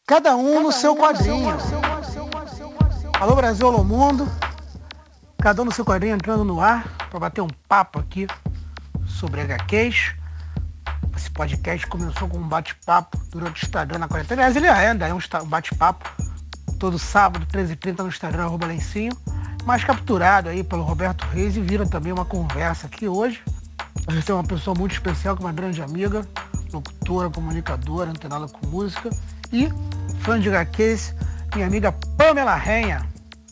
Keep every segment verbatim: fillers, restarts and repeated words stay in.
Cada um no seu quadrinho. Alô Brasil, alô mundo. Cada um no seu quadrinho entrando no ar para bater um papo aqui sobre H Qs. Esse podcast começou com um bate-papo durante o Instagram na quarentena. Aliás, ele ainda é um bate-papo todo sábado, treze e trinta no Instagram, arroba Lencinho. Mas capturado aí pelo Roberto Reis e vira também uma conversa aqui hoje. A gente tem uma pessoa muito especial, que é uma grande amiga, locutora, comunicadora, antenada com música e fã de H Qs, minha amiga Pamela Renha.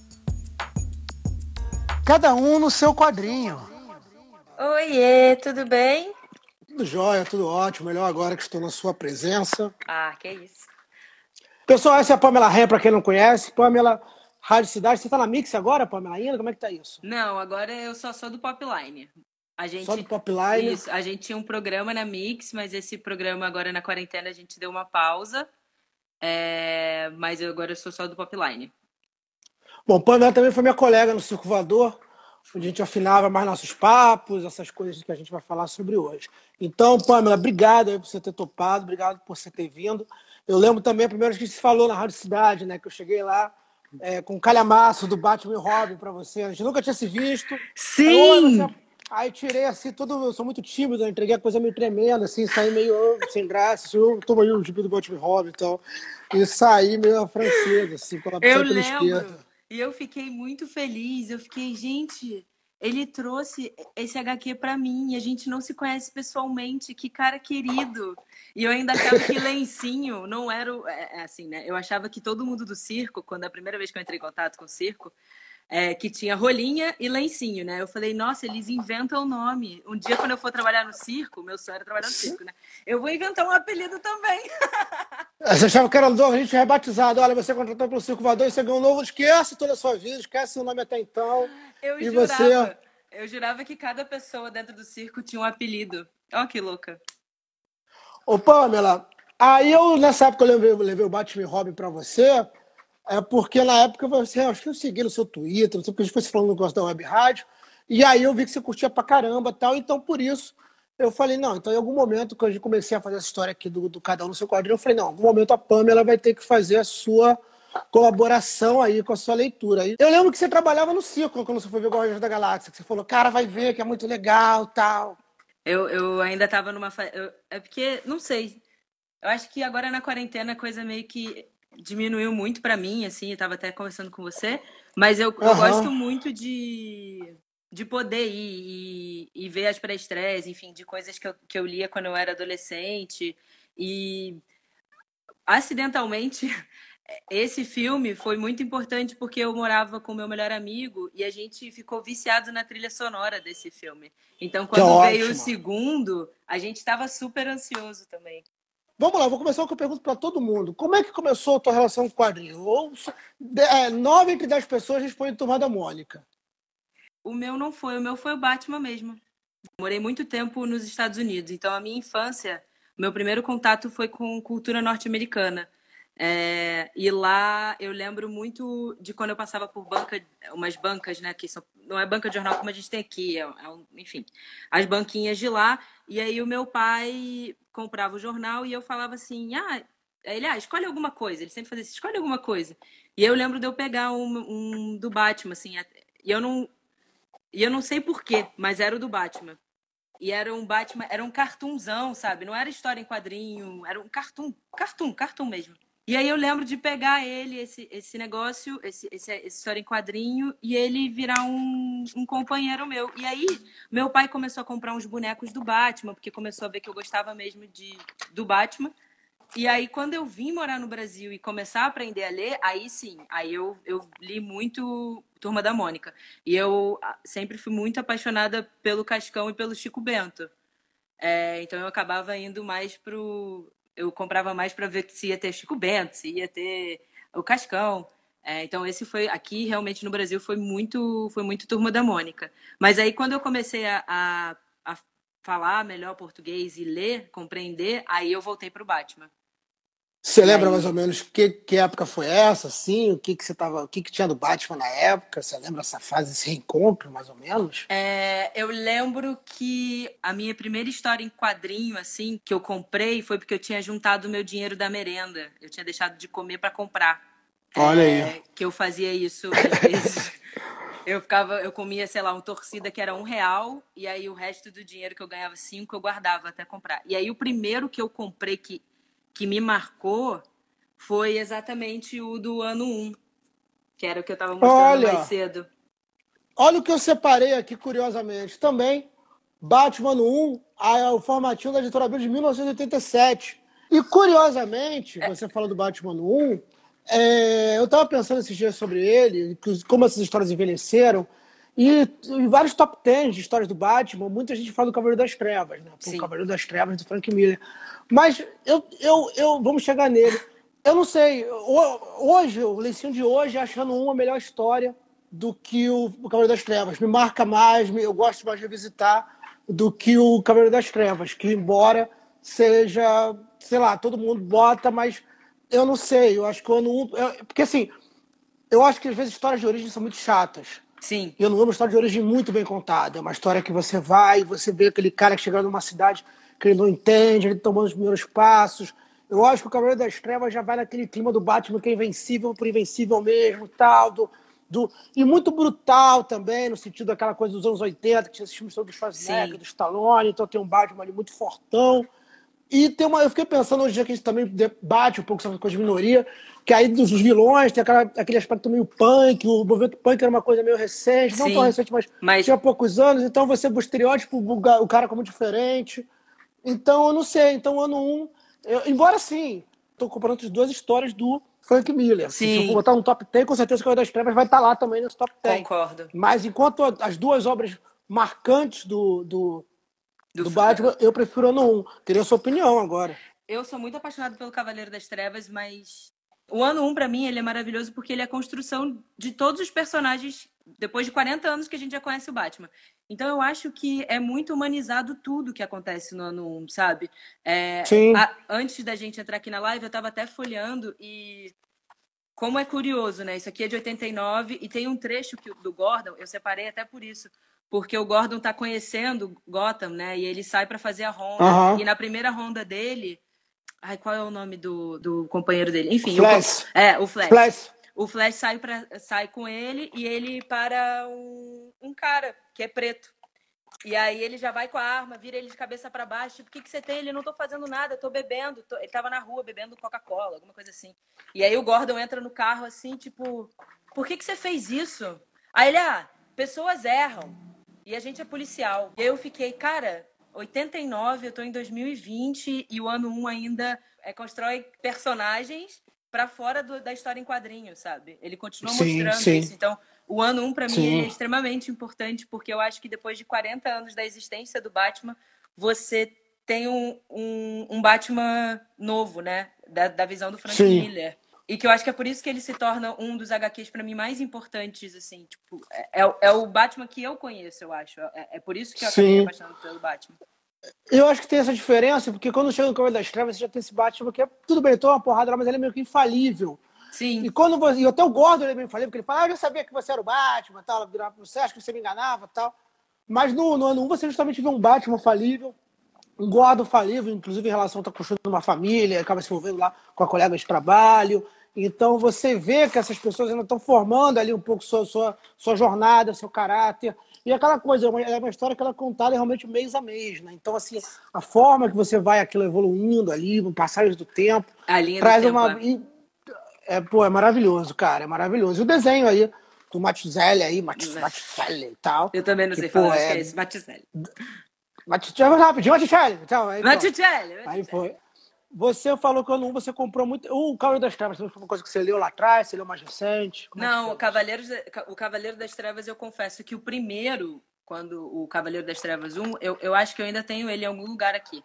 Cada um no seu quadrinho. Oiê, tudo bem? Tudo jóia, tudo ótimo. Melhor agora que estou na sua presença. Ah, que isso. Pessoal, essa é a Pamela Renha, para quem não conhece. Pamela, Rádio Cidade. Você está na Mix agora, Pamela, ainda? Como é que tá isso? Não, agora eu só sou do Popline. A gente, Só do Popline? Isso, a gente tinha um programa na Mix, mas esse programa agora na quarentena a gente deu uma pausa. É, mas eu, agora eu sou só do Popline. Bom, Pamela também foi minha colega no Circo Voador, onde a gente afinava mais nossos papos, essas coisas que a gente vai falar sobre hoje. Então, Pamela, obrigado aí por você ter topado, obrigado por você ter vindo. Eu lembro também a primeira vez que a gente se falou na Rádio Cidade, né? Que eu cheguei lá é, com um calhamaço do Batman e Robin para você. A gente nunca tinha se visto. Sim! Aí, você... aí tirei assim, todo. Eu sou muito tímido, eu entreguei a coisa meio tremenda, assim, saí meio oh, sem graça. Assim, eu tomo aí o gibi do Batman e Robin e tal. E saí meio francesa, assim, pela, Eu pela lembro. esquerda. E eu fiquei muito feliz. Eu fiquei, gente, ele trouxe esse H Q pra mim. A gente não se conhece pessoalmente. Que cara querido. E eu ainda achava que Lencinho não era o, é, é assim, né? Eu achava que todo mundo do circo, quando a primeira vez que eu entrei em contato com o circo, é, que tinha Rolinha e Lencinho, né? Eu falei, nossa, eles inventam o nome. Um dia, quando eu for trabalhar no circo, meu sonho era trabalhar no circo, né? Eu vou inventar um apelido também. Você achava que era a gente rebatizado. Olha, você contratou pelo Circo Voador e você ganhou um novo. Esquece toda a sua vida, esquece o nome até então. Eu E você. jurava. Eu jurava que cada pessoa dentro do circo tinha um apelido. Ó, que louca. Ô, Pamela, aí eu, nessa época, eu levei, eu levei o Batman e Robin pra você, é porque na época você, acho que eu segui no seu Twitter, não sei porque a gente foi se falando no negócio da web rádio, e aí eu vi que você curtia pra caramba e tal, então por isso eu falei, não, então em algum momento, quando eu comecei a fazer essa história aqui do, do Cada Um no Seu Quadrinho, eu falei, não, em algum momento a Pamela vai ter que fazer a sua colaboração aí com a sua leitura. Eu lembro que você trabalhava no circo quando você foi ver o Guardiões da Galáxia, que você falou, cara, vai ver que é muito legal tal. Eu, eu ainda tava numa. Fa... eu- É porque, não sei. Eu acho que agora na quarentena a coisa meio que diminuiu muito pra mim, assim. Eu tava até conversando com você. Mas eu, eu Aham. gosto muito de, de poder ir e, e ver as pré-estreias, enfim, de coisas que eu, que eu lia quando eu era adolescente. E acidentalmente, esse filme foi muito importante porque eu morava com meu melhor amigo e a gente ficou viciado na trilha sonora desse filme. Então, Que é quando veio o ótimo. segundo, a gente estava super ansioso também. Vamos lá, vou começar com a pergunta para todo mundo. Como é que começou a tua relação com o quadrinho? Ou, é, nove entre dez pessoas respondem Turma da Mônica. O meu não foi, o meu foi o Batman mesmo. Morei muito tempo nos Estados Unidos, então a minha infância, meu primeiro contato foi com cultura norte-americana. É, e lá eu lembro muito de quando eu passava por banca, umas bancas, né? Que são, não é banca de jornal como a gente tem aqui, é, é um, enfim, as banquinhas de lá. E aí o meu pai comprava o jornal e eu falava assim: ah, ele, ah, escolhe alguma coisa. Ele sempre fazia assim: escolhe alguma coisa. E eu lembro de eu pegar um, um do Batman, assim, e eu não, e eu não sei porquê, mas era o do Batman. E era um Batman, era um cartunzão, sabe? Não era história em quadrinho, era um cartoon, cartoon, cartoon mesmo. E aí eu lembro de pegar ele, esse, esse negócio, esse, esse, essa história em quadrinho, e ele virar um, um companheiro meu. E aí meu pai começou a comprar uns bonecos do Batman, porque começou a ver que eu gostava mesmo de, do Batman. E aí, quando eu vim morar no Brasil e começar a aprender a ler, aí sim, aí eu, eu li muito Turma da Mônica. E eu ah, sempre fui muito apaixonada pelo Cascão e pelo Chico Bento. É, então eu acabava indo mais pro. Eu comprava mais para ver se ia ter Chico Bento, se ia ter o Cascão. É, então esse foi aqui realmente no Brasil foi muito foi muito Turma da Mônica. Mas aí quando eu comecei a, a, a falar melhor português e ler, compreender, aí eu voltei pro Batman. Você E lembra mais aí ou menos que, que época foi essa, assim? O que que você tava, o que que tinha do Batman na época? Você lembra essa fase, esse reencontro, mais ou menos? é, eu lembro que a minha primeira história em quadrinho, assim, que eu comprei foi porque eu tinha juntado o meu dinheiro da merenda. Eu tinha deixado de comer para comprar. Olha aí. É, que eu fazia isso às vezes. Eu ficava, eu comia, sei lá, um torcida que era um real, e aí o resto do dinheiro que eu ganhava cinco, eu guardava até comprar. E aí o primeiro que eu comprei que, que me marcou foi exatamente o do ano um, que era o que eu tava mostrando mais Olha, cedo. olha o que eu separei aqui, curiosamente. Também, Batman no um, a- o formatinho da editora Abril de mil novecentos e oitenta e sete. E, curiosamente, você fala do Batman no um, é, eu estava pensando esses dias sobre ele, que- como essas histórias envelheceram, e em vários top dez de histórias do Batman, muita gente fala do Cavaleiro das Trevas, né? Pô, o Sim. Cavaleiro das Trevas do Frank Miller. Mas eu, eu, eu vamos chegar nele. Eu não sei, hoje, o Leicinho de hoje, achando um a melhor história do que o, o Cavaleiro das Trevas. Me marca mais, me, eu gosto mais de revisitar do que o Cavaleiro das Trevas, que embora seja, sei lá, todo mundo bota, mas eu não sei, eu acho que o ano um. Eu, porque assim, eu acho que às vezes histórias de origem são muito chatas. Sim. E eu não amo uma história de origem muito bem contada. É uma história que você vai e você vê aquele cara que chega numa cidade que ele não entende, ele tomando os primeiros passos. Eu acho que o Cavaleiro das Trevas já vai naquele clima do Batman que é invencível por invencível mesmo, tal, do, do, e muito brutal também, no sentido daquela coisa dos anos oitenta, que tinha esses filmes todos do Schwarzenegger, Sim. do Stallone, então tem um Batman ali muito fortão. E tem uma, eu fiquei pensando hoje, que a gente também debate um pouco sobre coisa de minoria, que aí dos vilões tem aquela, aquele aspecto meio punk, o movimento punk era uma coisa meio recente, não tão Sim. recente, mas, Mas tinha poucos anos, então você o estereótipo, o cara como diferente. Então, eu não sei. Então, ano um, eu, embora sim, estou comparando as duas histórias do Frank Miller. Se eu for sim, botar um top dez, com certeza o Cavaleiro das Trevas vai estar lá também nesse top dez. concordo. Mas enquanto as duas obras marcantes do, do, Do, do Batman, eu prefiro ano um. Queria a sua opinião agora. eu sou muito apaixonada pelo Cavaleiro das Trevas, mas o ano um, pra mim, ele é maravilhoso porque ele é a construção de todos os personagens depois de quarenta anos que a gente já conhece o Batman. Então eu acho que é muito humanizado tudo que acontece no ano um, sabe? É, Sim. a, antes da gente entrar aqui na live, eu tava até folheando e como é curioso, né? Isso aqui é de oitenta e nove e tem um trecho que, do Gordon, eu separei até por isso, porque o Gordon tá conhecendo Gotham, né? E ele sai para fazer a ronda. Aham. E na primeira ronda dele, ai, qual é o nome do, do companheiro dele? Enfim, o, Flash. é, o Flash. Flash. O Flash sai, pra, sai com ele e ele para um, um cara que é preto. E aí ele já vai com a arma, vira ele de cabeça para baixo. Tipo, o que, que você tem? Ele, não tô fazendo nada, tô bebendo. Tô... Ele tava na rua bebendo Coca-Cola, alguma coisa assim. E aí o Gordon entra no carro assim, tipo, por que, que você fez isso? Aí ele, ah, pessoas erram. E a gente é policial. E aí eu fiquei, cara, oitenta e nove, eu tô em dois mil e vinte e o ano um ainda é, constrói personagens para fora do, da história em quadrinhos, sabe? Ele continua Sim, mostrando sim. isso. Então, o ano um, para mim, ele é Sim. extremamente importante, porque eu acho que depois de quarenta anos da existência do Batman, você tem um, um, um Batman novo, né? Da, da visão do Frank Sim. Miller. E que eu acho que é por isso que ele se torna um dos H Qs, para mim, mais importantes, assim. Tipo, é, é, é o Batman que eu conheço, eu acho. É, é por isso que eu acabei me Sim. apaixonando pelo Batman. Eu acho que tem essa diferença, porque quando chega no Cavaleiro das Trevas, você já tem esse Batman que é, tudo bem, toma uma porrada lá, mas ele é meio que infalível. Sim. E quando você, e até o Gordon ele é meio infalível, porque ele fala, ah, eu já sabia que você era o Batman, tal, você acha que você me enganava, tal. Mas no, no ano um você justamente vê um Batman falível, um Gordon falível, inclusive em relação a estar construindo uma família, acaba se envolvendo lá com a colega de trabalho. Então você vê que essas pessoas ainda estão formando ali um pouco sua, sua, sua jornada, seu caráter. E aquela coisa, é uma, é uma história que ela é contada realmente mês a mês, né? Então, assim, a forma que você vai aquilo evoluindo ali, com passagem do tempo, A linha do traz tempo, uma. é. E, é, pô, é maravilhoso, cara, é maravilhoso. E o desenho aí, do Mattizelli aí, Mattizelli e tal, Eu também não que, sei pô, falar, acho que é. é isso. Mattizelli. Mattizelli, rapidinho, Mattizelli. Então, aí, pronto. Mattizelli. Aí foi. Você falou que um você comprou muito. O Cavaleiro das Trevas, foi uma coisa que você leu lá atrás, você leu mais recente? Como é que Não, foi o isso? Cavaleiro, o Cavaleiro das Trevas, eu confesso que o primeiro, quando o Cavaleiro das Trevas um, eu, eu acho que eu ainda tenho ele em algum lugar aqui.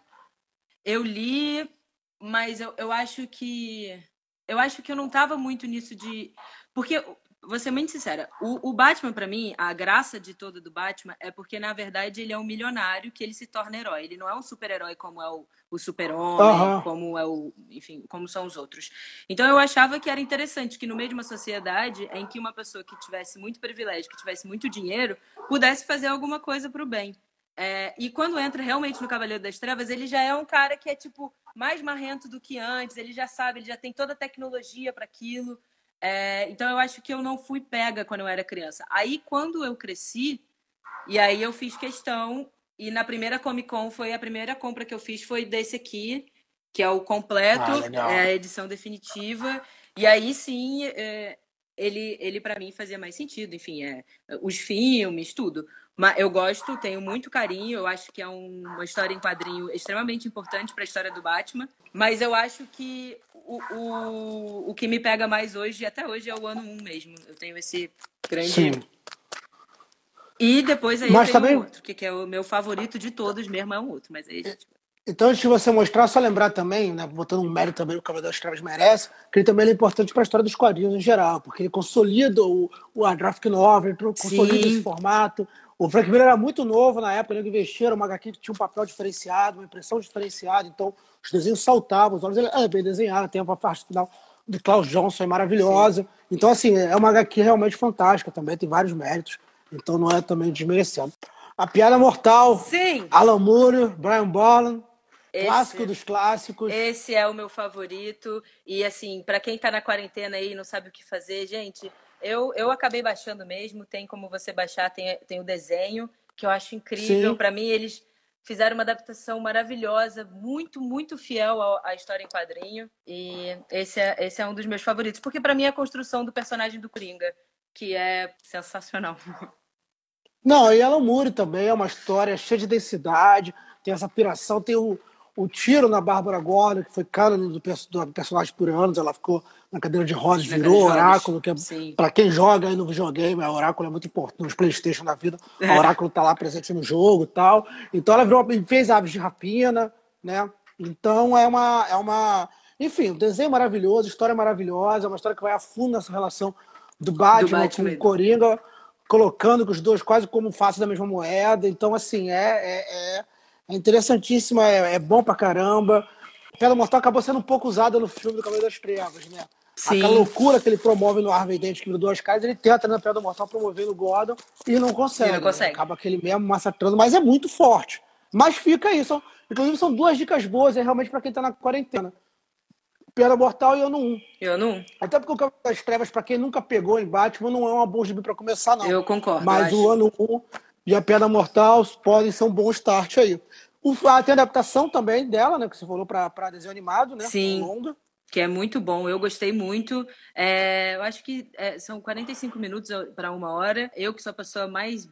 Eu li, mas eu, eu acho que. Eu acho que eu não tava muito nisso de. Porque vou ser muito sincera, o, o Batman, pra mim, a graça de todo do Batman é porque, na verdade, ele é um milionário que ele se torna herói. Ele não é um super-herói como é o, o Super-Homem, Aham. como é o, enfim, como são os outros. Então eu achava que era interessante que no meio de uma sociedade em que uma pessoa que tivesse muito privilégio, que tivesse muito dinheiro, pudesse fazer alguma coisa pro bem. É, e quando entra realmente no Cavaleiro das Trevas, ele já é um cara que é, tipo, mais marrento do que antes, ele já sabe, ele já tem toda a tecnologia para aquilo. É, então eu acho que eu não fui pega quando eu era criança. Aí quando eu cresci, e aí eu fiz questão, e na primeira Comic Con foi a primeira compra que eu fiz foi desse aqui, que é o completo, Ah, é legal. a edição definitiva. E aí sim, é, ele, ele para mim fazia mais sentido, enfim, é, os filmes, tudo. Mas eu gosto, tenho muito carinho, eu acho que é um, uma história em quadrinho extremamente importante para a história do Batman. Mas eu acho que o, o, o que me pega mais hoje, até hoje, é o ano um mesmo. Eu tenho esse grande. Sim. E depois aí eu Mas tenho um também, outro, que, que é o meu favorito de todos mesmo, é um outro. Mas aí, gente. então, antes de você mostrar, só lembrar também, né, botando um mérito também que o Cavaleiro das Trevas merece, que ele também é importante para a história dos quadrinhos em geral, porque ele consolida o, o a graphic novel, ele consolida esse Sim, formato. O Frank Miller era muito novo na época, ele investia, era uma agá quê que tinha um papel diferenciado, uma impressão diferenciada, então os desenhos saltavam, os olhos ele é bem desenhado, tem uma parte final de Klaus Johnson é sim. maravilhosa. Então, assim, é uma agá quê realmente fantástica também, tem vários méritos, então não é também desmerecendo. A Piada Mortal, Sim, Alan Moore, Brian Bolland, clássico esse. dos clássicos. Esse é o meu favorito. E, assim, para quem tá na quarentena aí e não sabe o que fazer, gente, eu, eu acabei baixando mesmo. Tem como você baixar, tem, tem o desenho, que eu acho incrível. Sim. Para mim, eles fizeram uma adaptação maravilhosa, muito, muito fiel à história em quadrinho. E esse é, esse é um dos meus favoritos, porque para mim é a construção do personagem do Coringa, que é sensacional. Não, e Alan Moore também é uma história cheia de densidade, tem essa piração, tem o, o tiro na Bárbara Gordon, que foi cânone do, do personagem por anos, ela ficou na cadeira de rodas, Na cara virou de rodas. Oráculo, que é, Sim. para quem joga aí no videogame, a Oráculo é muito importante, nos Playstation da vida, a Oráculo tá lá presente no jogo e tal, então ela virou, fez Aves de Rapina, né, então é uma, é uma, enfim, o desenho é maravilhoso, a história é maravilhosa, é uma história que vai a fundo nessa relação do Do Batman com o Batman. Coringa, colocando os dois quase como face da mesma moeda. Então, assim, é, é, é interessantíssima, é, é bom pra caramba. A Pedra Mortal acabou sendo um pouco usada no filme do Cavaleiro das Trevas, né? Aquela Sim. loucura que ele promove no Harvey Dent, que virou duas caras, ele tenta na Pedra Mortal promover no Gordon e não E não consegue, né? consegue. Acaba aquele mesmo massacrando, mas é muito forte. Mas fica aí, são, inclusive são duas dicas boas aí, realmente para quem tá na quarentena. Pedra Mortal e Ano um. Eu não. Até porque o Cavaleiro das Trevas, pra quem nunca pegou em Batman, não é uma boa gibi pra começar, não. Eu concordo, eu Mas o acho. Ano um e a Pedra Mortal podem ser um bom start aí. O, ah, tem a adaptação também dela, né? Que você falou pra, pra desenho animado, né? O Sim, longa. que é muito bom. Eu gostei muito. É, eu acho que é, são quarenta e cinco minutos para uma hora. Eu, que sou a pessoa mais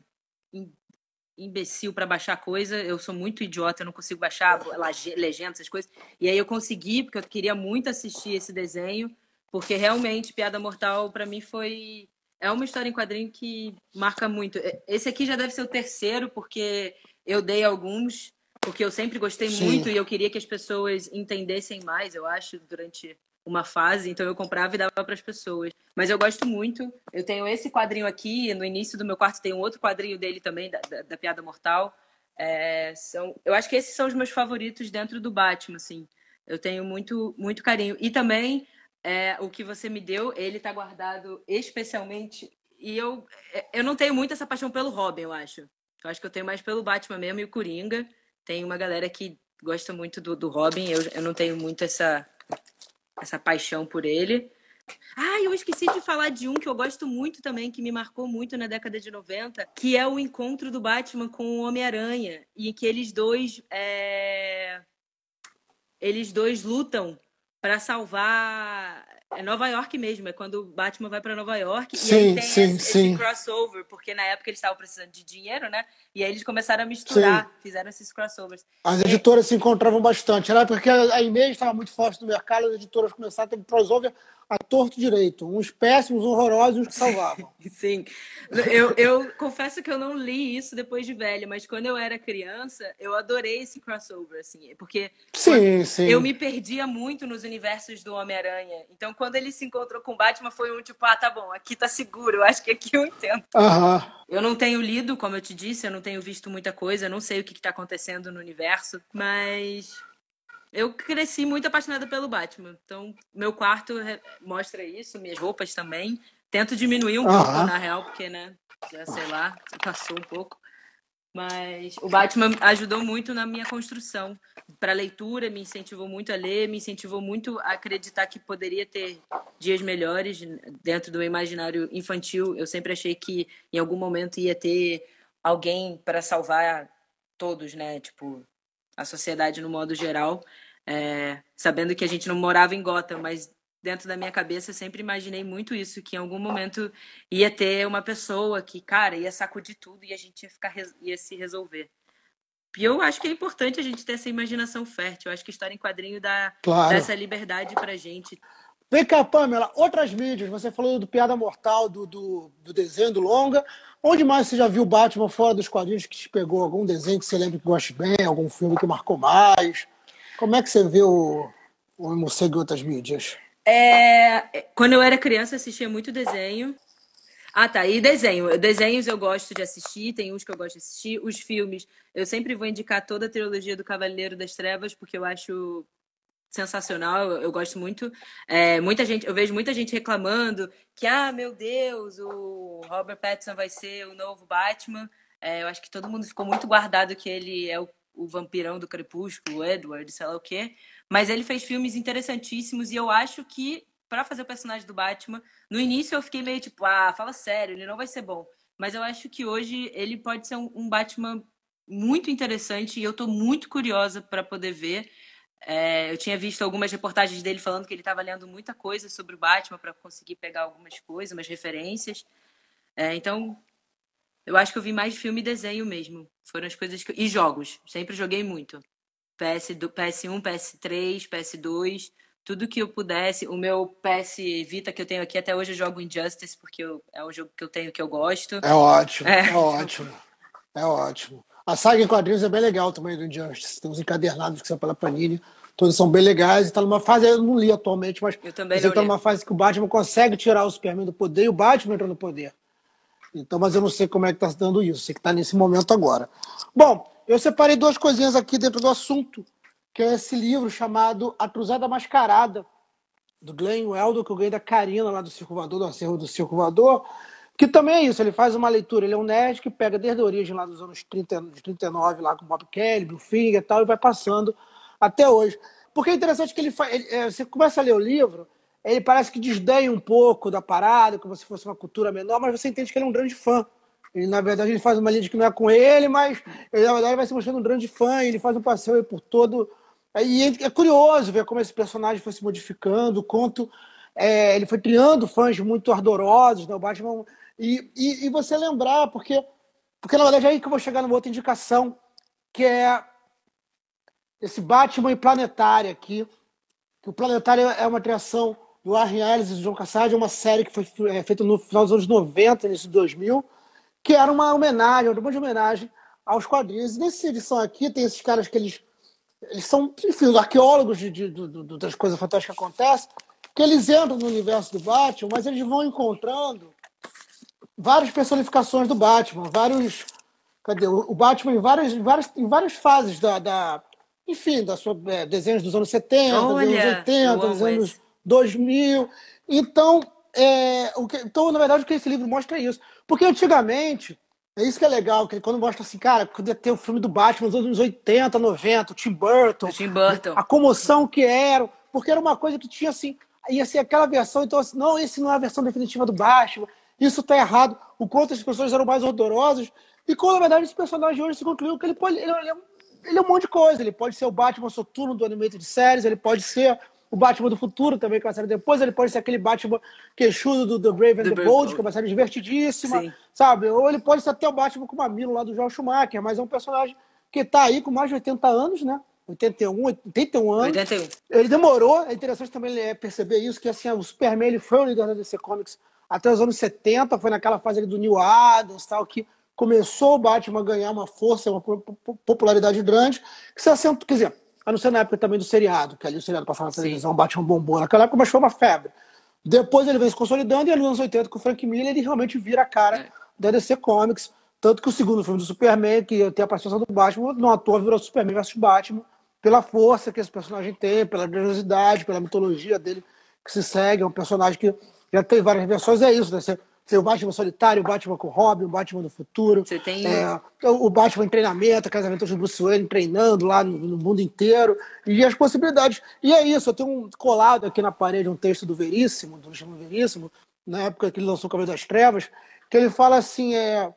imbecil para baixar coisa, eu sou muito idiota, eu não consigo baixar legenda, essas coisas. E aí eu consegui, porque eu queria muito assistir esse desenho, porque realmente Piada Mortal para mim foi é uma história em quadrinho que marca muito. Esse aqui já deve ser o terceiro, porque eu dei alguns, porque eu sempre gostei Sim. muito e eu queria que as pessoas entendessem mais, eu acho, durante uma fase, então eu comprava e dava para as pessoas. Mas eu gosto muito. Eu tenho esse quadrinho aqui, no início do meu quarto tem um outro quadrinho dele também, da, da, da Piada Mortal. É, são, eu acho que esses são os meus favoritos dentro do Batman, assim. Eu tenho muito, muito carinho. E também, é, o que você me deu, ele tá guardado especialmente... E eu, eu não tenho muito essa paixão pelo Robin, eu acho. Eu acho que eu tenho mais pelo Batman mesmo e o Coringa. Tem uma galera que gosta muito do, do Robin, eu, eu não tenho muito essa, essa paixão por ele. Ah, eu esqueci de falar de um que eu gosto muito também, que me marcou muito na década de noventa, que é o encontro do Batman com o Homem-Aranha, e que eles dois é... eles dois lutam para salvar é Nova York mesmo, é quando o Batman vai para Nova York, e aí Sim, tem sim, esse, esse sim. crossover, porque na época eles estavam precisando de dinheiro, né? E aí eles começaram a misturar, Sim. fizeram esses crossovers. As É, editoras se encontravam bastante. Era porque a Image estava muito forte no mercado, as editoras começaram a ter crossover a torto direito. Uns péssimos, horrorosos, uns que salvavam. sim, eu, eu confesso que eu não li isso depois de velho, mas quando eu era criança, eu adorei esse crossover, assim, porque quando, Sim, eu sim. me perdia muito nos universos do Homem-Aranha. Então, quando ele se encontrou com o Batman, foi um tipo, ah, tá bom, aqui tá seguro, eu acho que aqui eu entendo. Uhum. Eu não tenho lido, como eu te disse, eu não tenho visto muita coisa, eu não sei o que, que tá acontecendo no universo, mas eu cresci muito apaixonada pelo Batman. Então, meu quarto mostra isso, minhas roupas também. Tento diminuir um Uhum. pouco, na real, porque, né, já sei lá, passou um pouco. Mas o Batman ajudou muito na minha construção para leitura, me incentivou muito a ler, me incentivou muito a acreditar que poderia ter dias melhores dentro do meu imaginário infantil. Eu sempre achei que em algum momento ia ter alguém para salvar todos, né? Tipo, a sociedade no modo geral, é, sabendo que a gente não morava em Gotham, mas dentro da minha cabeça eu sempre imaginei muito isso, que em algum momento ia ter uma pessoa que, cara, ia sacudir tudo e a gente ia, ficar, ia se resolver. E eu acho que é importante a gente ter essa imaginação fértil. Eu acho que história em quadrinho dá, Claro. dá essa liberdade pra gente. Vem cá, Pamela, outras mídias. Você falou do Piada Mortal, do, do, do desenho, do longa. Onde mais você já viu Batman fora dos quadrinhos que te pegou? Algum desenho que você lembra que goste bem? Algum filme que marcou mais? Como é que você vê o, o morcego em outras mídias? É, quando eu era criança, assistia muito desenho. Ah, tá. E desenho. Desenhos eu gosto de assistir, tem uns que eu gosto de assistir. Os filmes, eu sempre vou indicar toda a trilogia do Cavaleiro das Trevas, porque eu acho sensacional, eu, eu gosto muito. É, muita gente, eu vejo muita gente reclamando que, ah, meu Deus, o Robert Pattinson vai ser o novo Batman. É, eu acho que todo mundo ficou muito guardado que ele é o, o vampirão do Crepúsculo, o Edward, sei lá o quê. Mas ele fez filmes interessantíssimos e eu acho que, para fazer o personagem do Batman, no início eu fiquei meio tipo, ah, fala sério, ele não vai ser bom. Mas eu acho que hoje ele pode ser um, um Batman muito interessante e eu tô muito curiosa para poder ver. É, eu tinha visto algumas reportagens dele falando que ele estava lendo muita coisa sobre o Batman para conseguir pegar algumas coisas, umas referências. É, então, eu acho que eu vi mais filme e desenho mesmo. Foram as coisas que eu... E jogos. Sempre joguei muito. P S do, P S um, P S três, P S dois, tudo que eu pudesse. O meu P S Vita que eu tenho aqui, até hoje eu jogo Injustice, porque eu, é um jogo que eu tenho que eu gosto. É ótimo, é, é ótimo. É ótimo. A saga em quadrinhos é bem legal também do Injustice. Tem uns encadernados que são pela Panini. Todos são bem legais. Está numa fase, eu não li atualmente, mas eu também está li. numa fase que o Batman consegue tirar o Superman do poder e o Batman entra no poder. Então, mas eu não sei como é que está se dando isso. Sei que está nesse momento agora. Bom, eu separei duas coisinhas aqui dentro do assunto, que é esse livro chamado A Cruzada Mascarada, do Glenn Weldon, que eu ganhei da Karina lá do Circo Voador, do acervo do Circo Voador. Que também é isso, ele faz uma leitura, ele é um nerd que pega desde a origem lá dos anos trinta, de trinta e nove, lá com o Bob Kelly, Bill Finger e tal, e vai passando até hoje. Porque é interessante que ele faz, ele, é, você começa a ler o livro, ele parece que desdenha um pouco da parada, como se fosse uma cultura menor, mas você entende que ele é um grande fã. Ele, na verdade, ele faz uma linha que não é com ele, mas ele, na verdade, vai se mostrando um grande fã, e ele faz um passeio por todo... E é curioso ver como esse personagem foi se modificando, o conto... É, ele foi criando fãs muito ardorosos, né? O Batman... E, e, e você lembrar, porque, porque na verdade é aí que eu vou chegar numa outra indicação, que é esse Batman e Planetária aqui, que o Planetário é uma criação do Warren Ellis e do John Cassaday, uma série que foi é, feita no final dos anos noventa, início de dois mil, que era uma homenagem, uma grande homenagem aos quadrinhos. E nessa edição aqui tem esses caras que eles, eles são, enfim, os arqueólogos de, de, de, de, das coisas fantásticas que acontecem, que eles entram no universo do Batman, mas eles vão encontrando várias personificações do Batman, vários, cadê o Batman em várias, em várias, em várias fases da, da enfim, da sua é, desenhos dos anos setenta, Olha, dos anos oitenta, dos anos esse. dois mil. Então, é, o que, então, na verdade, o que esse livro mostra é isso. Porque antigamente, é isso que é legal, que quando mostra assim, cara, quando ia ter o filme do Batman nos anos oitenta, noventa, o Tim Burton, o Tim Burton, a comoção que era, porque era uma coisa que tinha assim, ia ser aquela versão, então assim, não, esse não é a versão definitiva do Batman, isso está errado, o quanto as pessoas eram mais horrorosas, e quando, na verdade, esse personagem hoje se concluiu que ele pode, ele, ele, é, ele é um monte de coisa, ele pode ser o Batman Soturno do Animated Series, ele pode ser o Batman do Futuro também, que vai sair depois, ele pode ser aquele Batman queixudo do The Brave and the, the Bold, que é uma série divertidíssima, sim, sabe? Ou ele pode ser até o Batman com o Mamilo lá do Joel Schumacher, mas é um personagem que está aí com mais de oitenta anos, né? oitenta e um, oitenta e um anos. oitenta e um. Ele demorou, é interessante também perceber isso, que assim, o Superman ele foi o líder da D C Comics até os anos setenta, foi naquela fase ali do Neil Adams, tal, que começou o Batman a ganhar uma força, uma popularidade grande, que se assentou, quer dizer, a não ser na época também do seriado, que ali o seriado passava na televisão, o Batman bombou naquela época, mas foi uma febre. Depois ele vem se consolidando e nos anos oitenta, com o Frank Miller, ele realmente vira a cara É. da D C Comics. Tanto que o segundo filme do Superman, que tem a participação do Batman, no ator virou Superman versus Batman, pela força que esse personagem tem, pela grandiosidade, pela mitologia dele que se segue. É um personagem que já tem várias versões, é isso, né? Você tem o Batman solitário, o Batman com o Robin, o Batman do futuro, Você tem é, o Batman em treinamento, aquelas aventuras do Bruce Wayne treinando lá no, no mundo inteiro, e as possibilidades. E é isso, eu tenho um colado aqui na parede um texo do Veríssimo, do Luciano Veríssimo, na época que ele lançou o Cavaleiro das Trevas, que ele fala assim, é,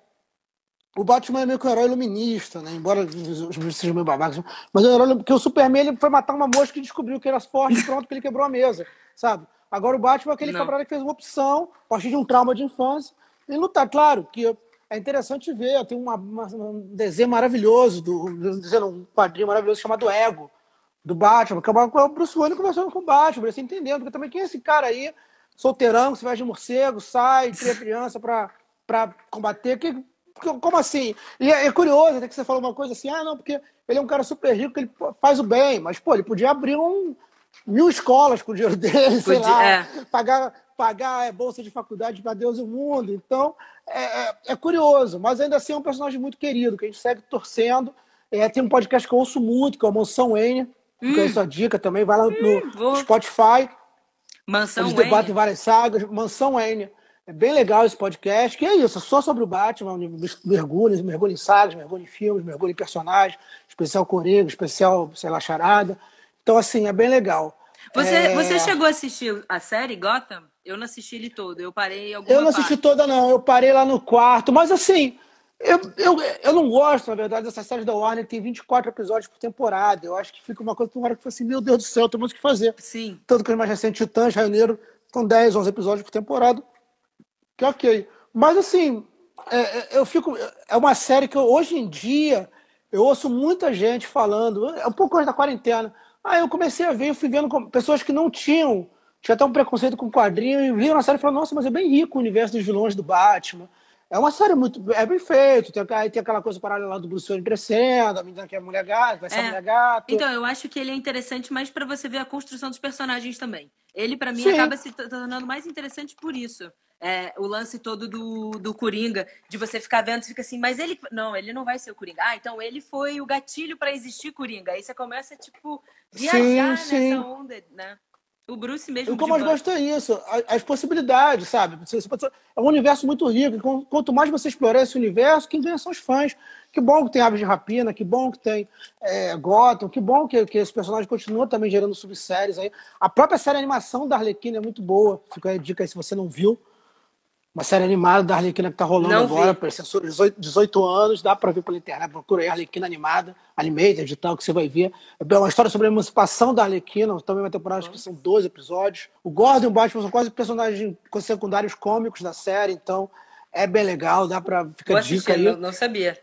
o Batman é meio que um herói iluminista, né? Embora os bichos sejam meio babacas, mas é um herói, porque o Superman ele foi matar uma mosca e descobriu que era forte, pronto, que ele quebrou a mesa, sabe? Agora o Batman é aquele Não. camarada que fez uma opção, a partir de um trauma de infância, e lutar. Claro que é interessante ver, tem uma, uma, um desenho maravilhoso, do, dizendo, um quadrinho maravilhoso chamado Ego, do Batman, que é o Bruce Wayne conversando com o Batman, ele se entendendo, porque também quem é esse cara aí, solteirão, que se veste de morcego, sai, cria criança pra, pra combater, que como assim? E é, é curioso até que você falou uma coisa assim, ah, não, porque ele é um cara super rico, que ele faz o bem, mas, pô, ele podia abrir um, mil escolas com o dinheiro dele, sei Podia- lá, é. pagar, pagar é, bolsa de faculdade para Deus e o mundo. Então, é, é, é curioso, mas ainda assim é um personagem muito querido, que a gente segue torcendo. É, tem um podcast que eu ouço muito, que é o Mansão Wayne, fica aí sua dica também, vai lá no vou. Spotify, Mansão eles Wayne. debatem várias sagas, Mansão Wayne. É bem legal esse podcast, que é isso, é só sobre o Batman, mergulho, mergulho em sagas, mergulho em filmes, mergulho em personagens, especial Coringa, especial, sei lá, Charada. Então, assim, é bem legal. Você, É, você chegou a assistir a série Gotham? Eu não assisti ele todo, eu parei em alguma Eu não assisti parte. toda, não, eu parei lá no quarto, mas assim, eu, eu, eu não gosto, na verdade, dessa série da Warner, que tem vinte e quatro episódios por temporada. Eu acho que fica uma coisa, tem uma hora que fala assim, meu Deus do céu, tem muito o que fazer. Sim. Tanto que os mais recentes, Titãs, Raio Negro, com dez, onze episódios por temporada. Que ok. Mas assim, é, é, eu fico. É uma série que eu, hoje em dia eu ouço muita gente falando, é um pouco antes da quarentena. Ah, eu comecei a ver, eu fui vendo com- pessoas que não tinham, tinha até um preconceito com quadrinho, e viram a série e falaram, nossa, mas é bem rico o universo dos vilões do Batman. É uma série muito. É bem feito. Tem, aí tem aquela coisa paralela lá do Bruce Wayne crescendo, a menina que é mulher gata, vai ser a É. mulher gata. Então, eu acho que ele é interessante mais pra você ver a construção dos personagens também. Ele, pra mim, Sim. acaba se tornando mais interessante por isso. É, o lance todo do, do Coringa, de você ficar vendo, você fica assim, mas ele. Não, ele não vai ser o Coringa. Ah, então ele foi o gatilho pra existir Coringa. Aí você começa, tipo, viajar Sim, sim. nessa onda, né? O Bruce mesmo O que de eu mais Buffy. gosto é isso, a- as possibilidades, sabe? Você- você pode ser- É um universo muito rico. e com- Quanto mais você explorar esse universo, quem ganha são os fãs. Que bom que tem Aves de Rapina, que bom que tem é, Gotham, que bom que, que esse personagem continua também gerando subséries aí. A própria série de animação da Arlequina é muito boa. Fica aí a dica aí se você não viu. Uma série animada da Arlequina que tá rolando Não agora, vi. para censura dezoito, dezoito anos, dá para ver pela internet, procura aí Arlequina animada, animated e tal, que você vai ver. É uma história sobre a emancipação da Arlequina, também uma temporada, acho que são doze episódios. O Gordon e o Batman são quase personagens secundários cômicos da série, então é bem legal, dá para ficar Vou dica assistir, aí. não, não sabia.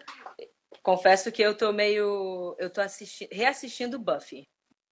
Confesso que eu tô meio. Eu tô assisti... reassistindo Buffy.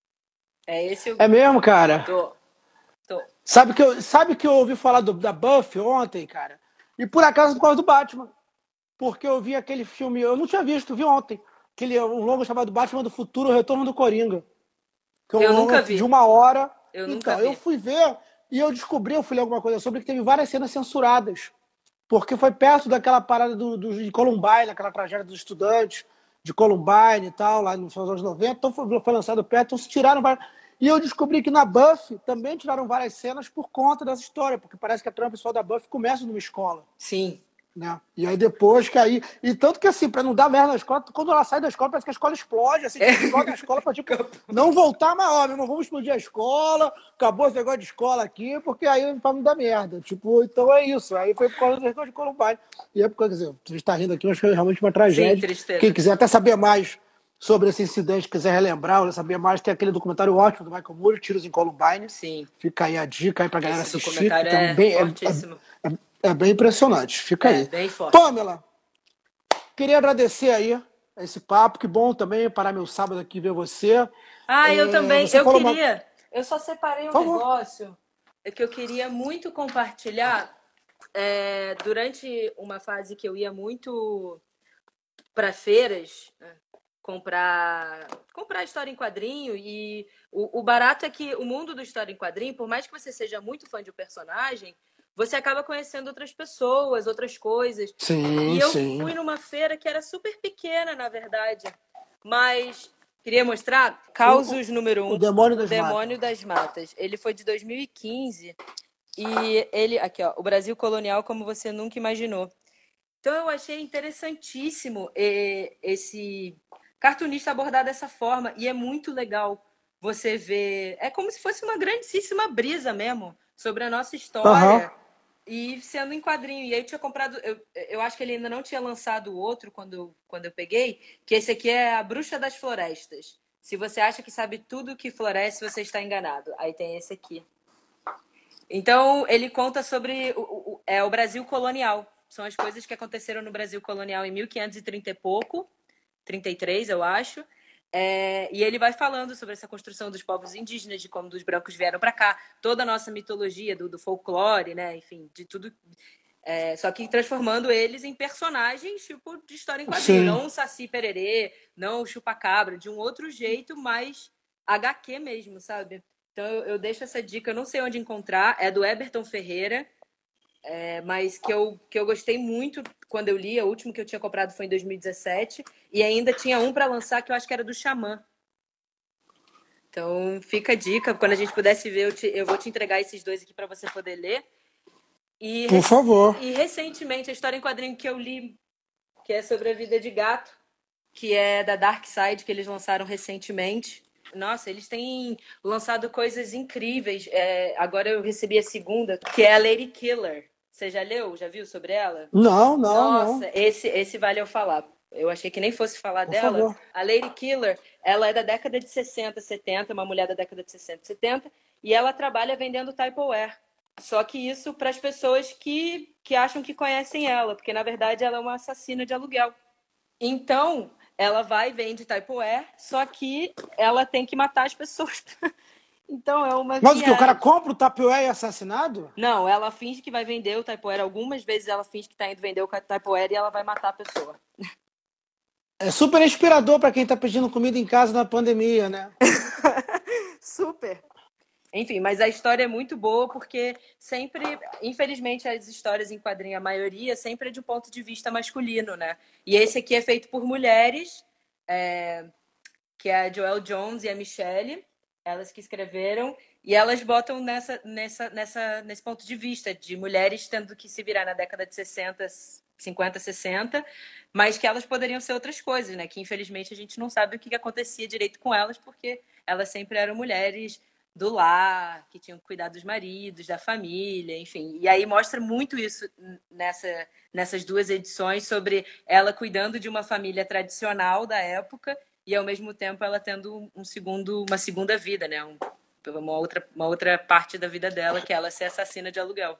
É esse o. É mesmo, cara? Tô. Tô. Sabe que eu, sabe que eu ouvi falar do, da Buffy ontem, cara? E por acaso por causa do Batman. Porque eu vi aquele filme, eu não tinha visto, vi ontem. Aquele, um longo chamado Batman do Futuro, o Retorno do Coringa. Que é um Eu longa nunca vi. de uma hora. Eu então, nunca vi. eu fui ver e eu descobri, eu fui ler alguma coisa sobre que teve várias cenas censuradas. Porque foi perto daquela parada do, do, de Columbine, aquela tragédia dos estudantes de Columbine e tal, lá nos anos noventa. Então foi, foi lançado perto, então se tiraram várias. E eu descobri que na Buffy também tiraram várias cenas por conta dessa história, porque parece que a trama pessoal da Buffy começa numa escola. Sim. Né? E aí depois que aí. E tanto que assim, pra não dar merda na escola, quando ela sai da escola, parece que a escola explode, assim, É. explode a escola pra tipo, não voltar mais, ó, meu irmão, vamos explodir a escola, acabou esse negócio de escola aqui, porque aí pra não dar merda. Tipo, então é isso. Aí foi por causa do negócio de Columbine. E é por causa, quer dizer, você está rindo aqui, mas foi realmente uma tragédia. Sim, tristeza. Quem quiser até saber mais sobre esse incidente, quiser relembrar, ou saber mais, tem aquele documentário ótimo do Michael Moore, Tiros em Columbine. Sim. Fica aí a dica aí pra galera Esse assistir. documentário que é bem, fortíssimo. É, é, é bem impressionante. Fica É, aí. bem forte. Pamela, queria agradecer aí esse papo. Que bom também parar meu sábado aqui e ver você. Ah, eu É, também. você Eu falou uma- queria. Eu só separei um Por favor. negócio é que eu queria muito compartilhar. É, durante uma fase que eu ia muito para feiras, né, comprar comprar história em quadrinho. E o, o barato é que o mundo do história em quadrinho, por mais que você seja muito fã de um personagem, você acaba conhecendo outras pessoas, outras coisas. Sim, e eu sim. fui numa feira que era super pequena, na verdade, mas queria mostrar Causos número um, O Demônio das o Demônio Matas. das Matas. Ele foi de dois mil e quinze e ele aqui, ó, o Brasil colonial como você nunca imaginou. Então eu achei interessantíssimo esse cartunista abordar dessa forma, e é muito legal você ver, é como se fosse uma grandíssima brisa mesmo sobre a nossa história. Uhum. E sendo em quadrinho. E aí eu tinha comprado, eu, eu acho que ele ainda não tinha lançado o outro quando, quando eu peguei, que esse aqui é A Bruxa das Florestas. Se você acha que sabe tudo que floresce, você está enganado. Aí tem esse aqui. Então, ele conta sobre o, o, é, o Brasil colonial. São as coisas que aconteceram no Brasil colonial em mil quinhentos e trinta e pouco, trinta e três, eu acho. É, e ele vai falando sobre essa construção dos povos indígenas, de como os brancos vieram para cá, toda a nossa mitologia do, do folclore, né? Enfim, de tudo. É, só que transformando eles em personagens tipo de história em quadrinho. Sim. Não um Saci Pererê, não o Chupacabra, de um outro jeito, mais agá quê mesmo, sabe? Então eu, eu deixo essa dica, eu não sei onde encontrar, é do Eberton Ferreira, é, mas que eu, que eu gostei muito quando eu li. O último que eu tinha comprado foi em dois mil e dezessete, e ainda tinha um para lançar que eu acho que era do Xamã. Então fica a dica, quando a gente pudesse ver, eu, te, eu vou te entregar esses dois aqui para você poder ler. E, Por favor. E recentemente, a história em quadrinho que eu li, que é sobre a vida de gato, que é da Dark Side, que eles lançaram recentemente. Nossa, eles têm lançado coisas incríveis. É, agora eu recebi a segunda, que é a Lady Killer. Você já leu? Já viu sobre ela? Não, não, Nossa, não. esse, esse vale eu falar. Eu achei que nem fosse falar Por dela. favor. A Lady Killer, ela é da década de sessenta, setenta, uma mulher da década de sessenta, setenta, e ela trabalha vendendo Tupperware. Só que isso para as pessoas que, que acham que conhecem ela, porque na verdade ela é uma assassina de aluguel. Então, ela vai e vende Tupperware, só que ela tem que matar as pessoas. Então é uma Mas o que? O cara viagem. compra o Tupperware e é assassinado? Não, ela finge que vai vender o Tupperware. Algumas vezes ela finge que está indo vender o Tupperware e ela vai matar a pessoa. É super inspirador para quem está pedindo comida em casa na pandemia, né? Super. Enfim, mas a história é muito boa porque sempre, infelizmente, as histórias em quadrinho, a maioria, sempre é de um ponto de vista masculino, né? E esse aqui é feito por mulheres, é, que é a Joelle Jones e a Michelle, elas que escreveram, e elas botam nessa, nessa, nessa, nesse ponto de vista de mulheres tendo que se virar na década de sessenta, cinquenta, sessenta, mas que elas poderiam ser outras coisas, né? Que infelizmente a gente não sabe o que acontecia direito com elas, porque elas sempre eram mulheres do lar, que tinham que cuidar dos maridos, da família, enfim. E aí mostra muito isso nessa, nessas duas edições, sobre ela cuidando de uma família tradicional da época e, ao mesmo tempo, ela tendo um segundo, uma segunda vida, né? Um, uma, outra, uma outra parte da vida dela, que é ela ser assassina de aluguel.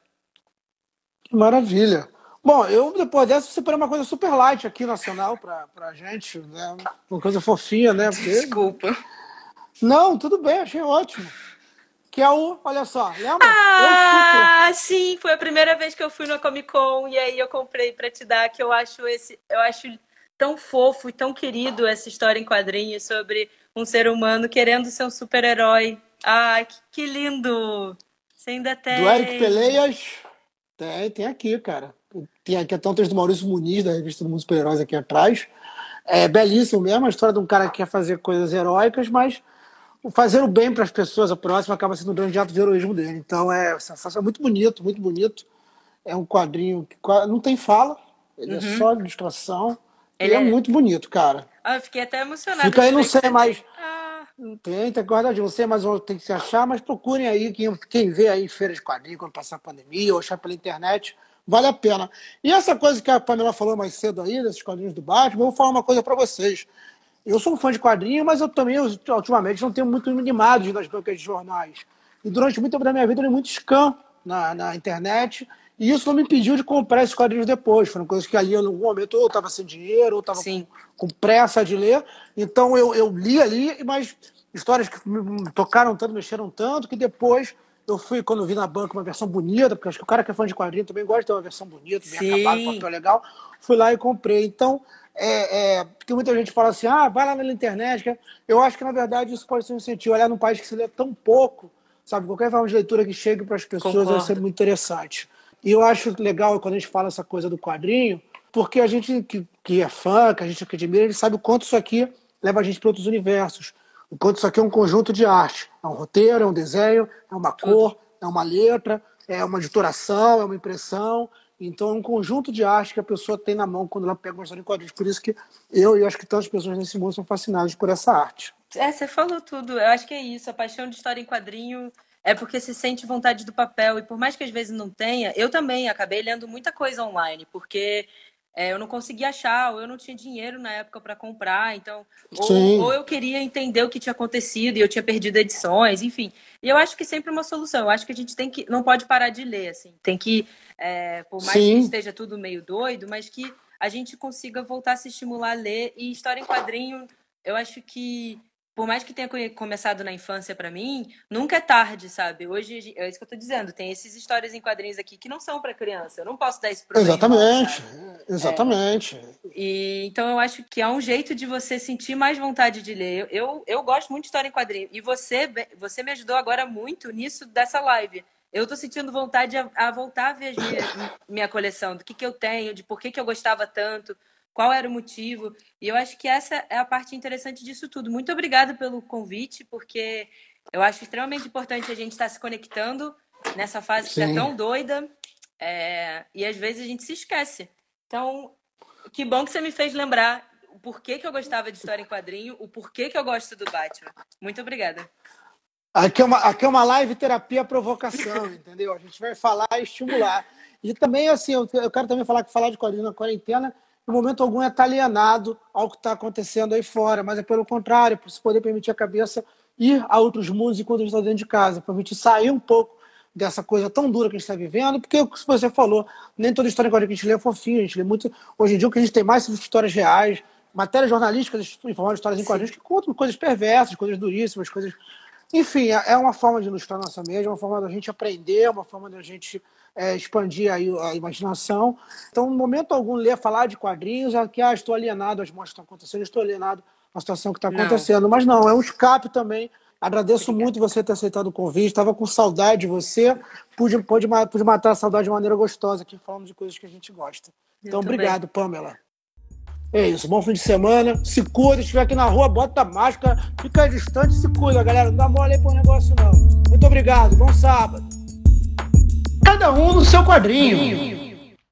Que maravilha. Bom, eu, depois dessa, separei uma coisa super light aqui, nacional, pra, pra gente, né? Uma coisa fofinha, né? Porque... Desculpa. Não, tudo bem, achei ótimo. Que é o, olha só, lembra? Ah, eu super... sim, foi a primeira vez que eu fui na Comic Con e aí eu comprei pra te dar, que eu acho esse, eu acho tão fofo e tão querido essa história em quadrinhos sobre um ser humano querendo ser um super-herói. Ai, que, que lindo! Você ainda tem. Do Eric Peleias, tem, tem aqui, cara. Tem aqui até um texto do Maurício Muniz, da revista do Mundo Super-Heróis, aqui atrás. É belíssimo mesmo, a história de um cara que quer fazer coisas heróicas, mas fazer o bem para as pessoas, a próxima, acaba sendo um grande ato de heroísmo dele. Então é sensacional, é muito bonito, muito bonito. É um quadrinho que não tem fala, ele uhum. é só ilustração. Ele é, é muito bonito, cara. Ah, eu fiquei até emocionada. Fica aí, não sei mais. Ah. Tem, tem guardadinho, não sei mais onde tem que se achar, mas procurem aí, quem, quem vê aí feira de quadrinhos, quando passar a pandemia, ou achar pela internet, vale a pena. E essa coisa que a Pamela falou mais cedo aí, desses quadrinhos do Batman, eu vou falar uma coisa para vocês. Eu sou um fã de quadrinhos, mas eu também, eu, ultimamente, não tenho muito animado nas bancas de jornais. E durante muito tempo da minha vida, eu li muito scan na, na internet, e isso não me impediu de comprar esses quadrinhos depois. Foram coisas que ali, em algum momento, ou eu estava sem dinheiro, ou estava com, com pressa de ler. Então, eu, eu li ali, mas histórias que me tocaram tanto, mexeram tanto, que depois eu fui, quando eu vi na banca uma versão bonita, porque acho que o cara que é fã de quadrinho também gosta de ter uma versão bonita, bem Sim. acabada, papel legal, fui lá e comprei. Então, É, é, porque muita gente fala assim, ah, vai lá na internet. Que... Eu acho que, na verdade, isso pode ser um incentivo. Olhar num país que se lê tão pouco, sabe? Qualquer forma de leitura que chegue para as pessoas Concordo. vai ser muito interessante. E eu acho legal quando a gente fala essa coisa do quadrinho, porque a gente que, que é fã, que a gente que admira, ele sabe o quanto isso aqui leva a gente para outros universos. O quanto isso aqui é um conjunto de arte. É um roteiro, é um desenho, é uma Tudo. cor, é uma letra, é uma editoração, é uma impressão. Então é um conjunto de arte que a pessoa tem na mão quando ela pega uma história em quadrinhos. Por isso que eu e acho que tantas pessoas nesse mundo são fascinadas por essa arte. É, você falou tudo. Eu acho que é isso. A paixão de história em quadrinho é porque se sente vontade do papel. E por mais que às vezes não tenha, eu também acabei lendo muita coisa online, porque é, eu não conseguia achar, ou eu não tinha dinheiro na época para comprar. Então, ou, ou eu queria entender o que tinha acontecido e eu tinha perdido edições, enfim. E eu acho que sempre é uma solução. Eu acho que a gente tem que, não pode parar de ler, assim. Tem que, é, por mais Sim. que esteja tudo meio doido, mas que a gente consiga voltar a se estimular a ler. E história em quadrinho, eu acho que, por mais que tenha começado na infância para mim, nunca é tarde, sabe? Hoje, é isso que eu tô dizendo, tem essas histórias em quadrinhos aqui que não são para criança. Eu não posso dar isso pro meu irmão, Exatamente, sabe? exatamente. É, e, então eu acho que é um jeito de você sentir mais vontade de ler. Eu, eu, eu gosto muito de história em quadrinho. E você, você me ajudou agora muito nisso dessa live. Eu tô sentindo vontade a, a voltar a ver a minha, minha coleção, do que, que eu tenho, de por que, que eu gostava tanto, qual era o motivo. E eu acho que essa é a parte interessante disso tudo. Muito obrigada pelo convite, porque eu acho extremamente importante a gente estar se conectando nessa fase que é tão doida, é, e às vezes a gente se esquece. Então, que bom que você me fez lembrar o porquê que eu gostava de história em quadrinho, o porquê que eu gosto do Batman. Muito obrigada. Aqui é uma, aqui é uma live terapia provocação, entendeu? A gente vai falar e estimular. E também, assim, eu, eu quero também falar que falar de quadrinho na quarentena, em momento algum, é estar alienado ao que está acontecendo aí fora, mas é pelo contrário, para você poder permitir a cabeça ir a outros mundos enquanto a gente está dentro de casa, permitir sair um pouco dessa coisa tão dura que a gente está vivendo, porque, como você falou, nem toda história em quadrinho que a gente lê é fofinha, a gente lê muito... Hoje em dia, o que a gente tem mais são histórias reais, matérias jornalísticas em forma de histórias em quadrinhos que contam coisas perversas, coisas duríssimas, coisas... Enfim, é uma forma de ilustrar nossa mesma, uma forma da gente aprender, uma forma da gente é, expandir aí a imaginação. Então, no momento algum, ler, falar de quadrinhos, é que ah, estou alienado às mortes que estão acontecendo, estou alienado à situação que está acontecendo. Não. Mas não, é um escape também. Agradeço Obrigada. muito você ter aceitado o convite, estava com saudade de você, pude, pude, pude matar a saudade de maneira gostosa aqui, falando de coisas que a gente gosta. Então, obrigado, bem. Pamela. É isso, bom fim de semana, se cuida, se estiver aqui na rua, bota a máscara, fica distante, se cuida, galera, não dá mole aí pro negócio não. Muito obrigado, bom sábado. Cada um no seu quadrinho.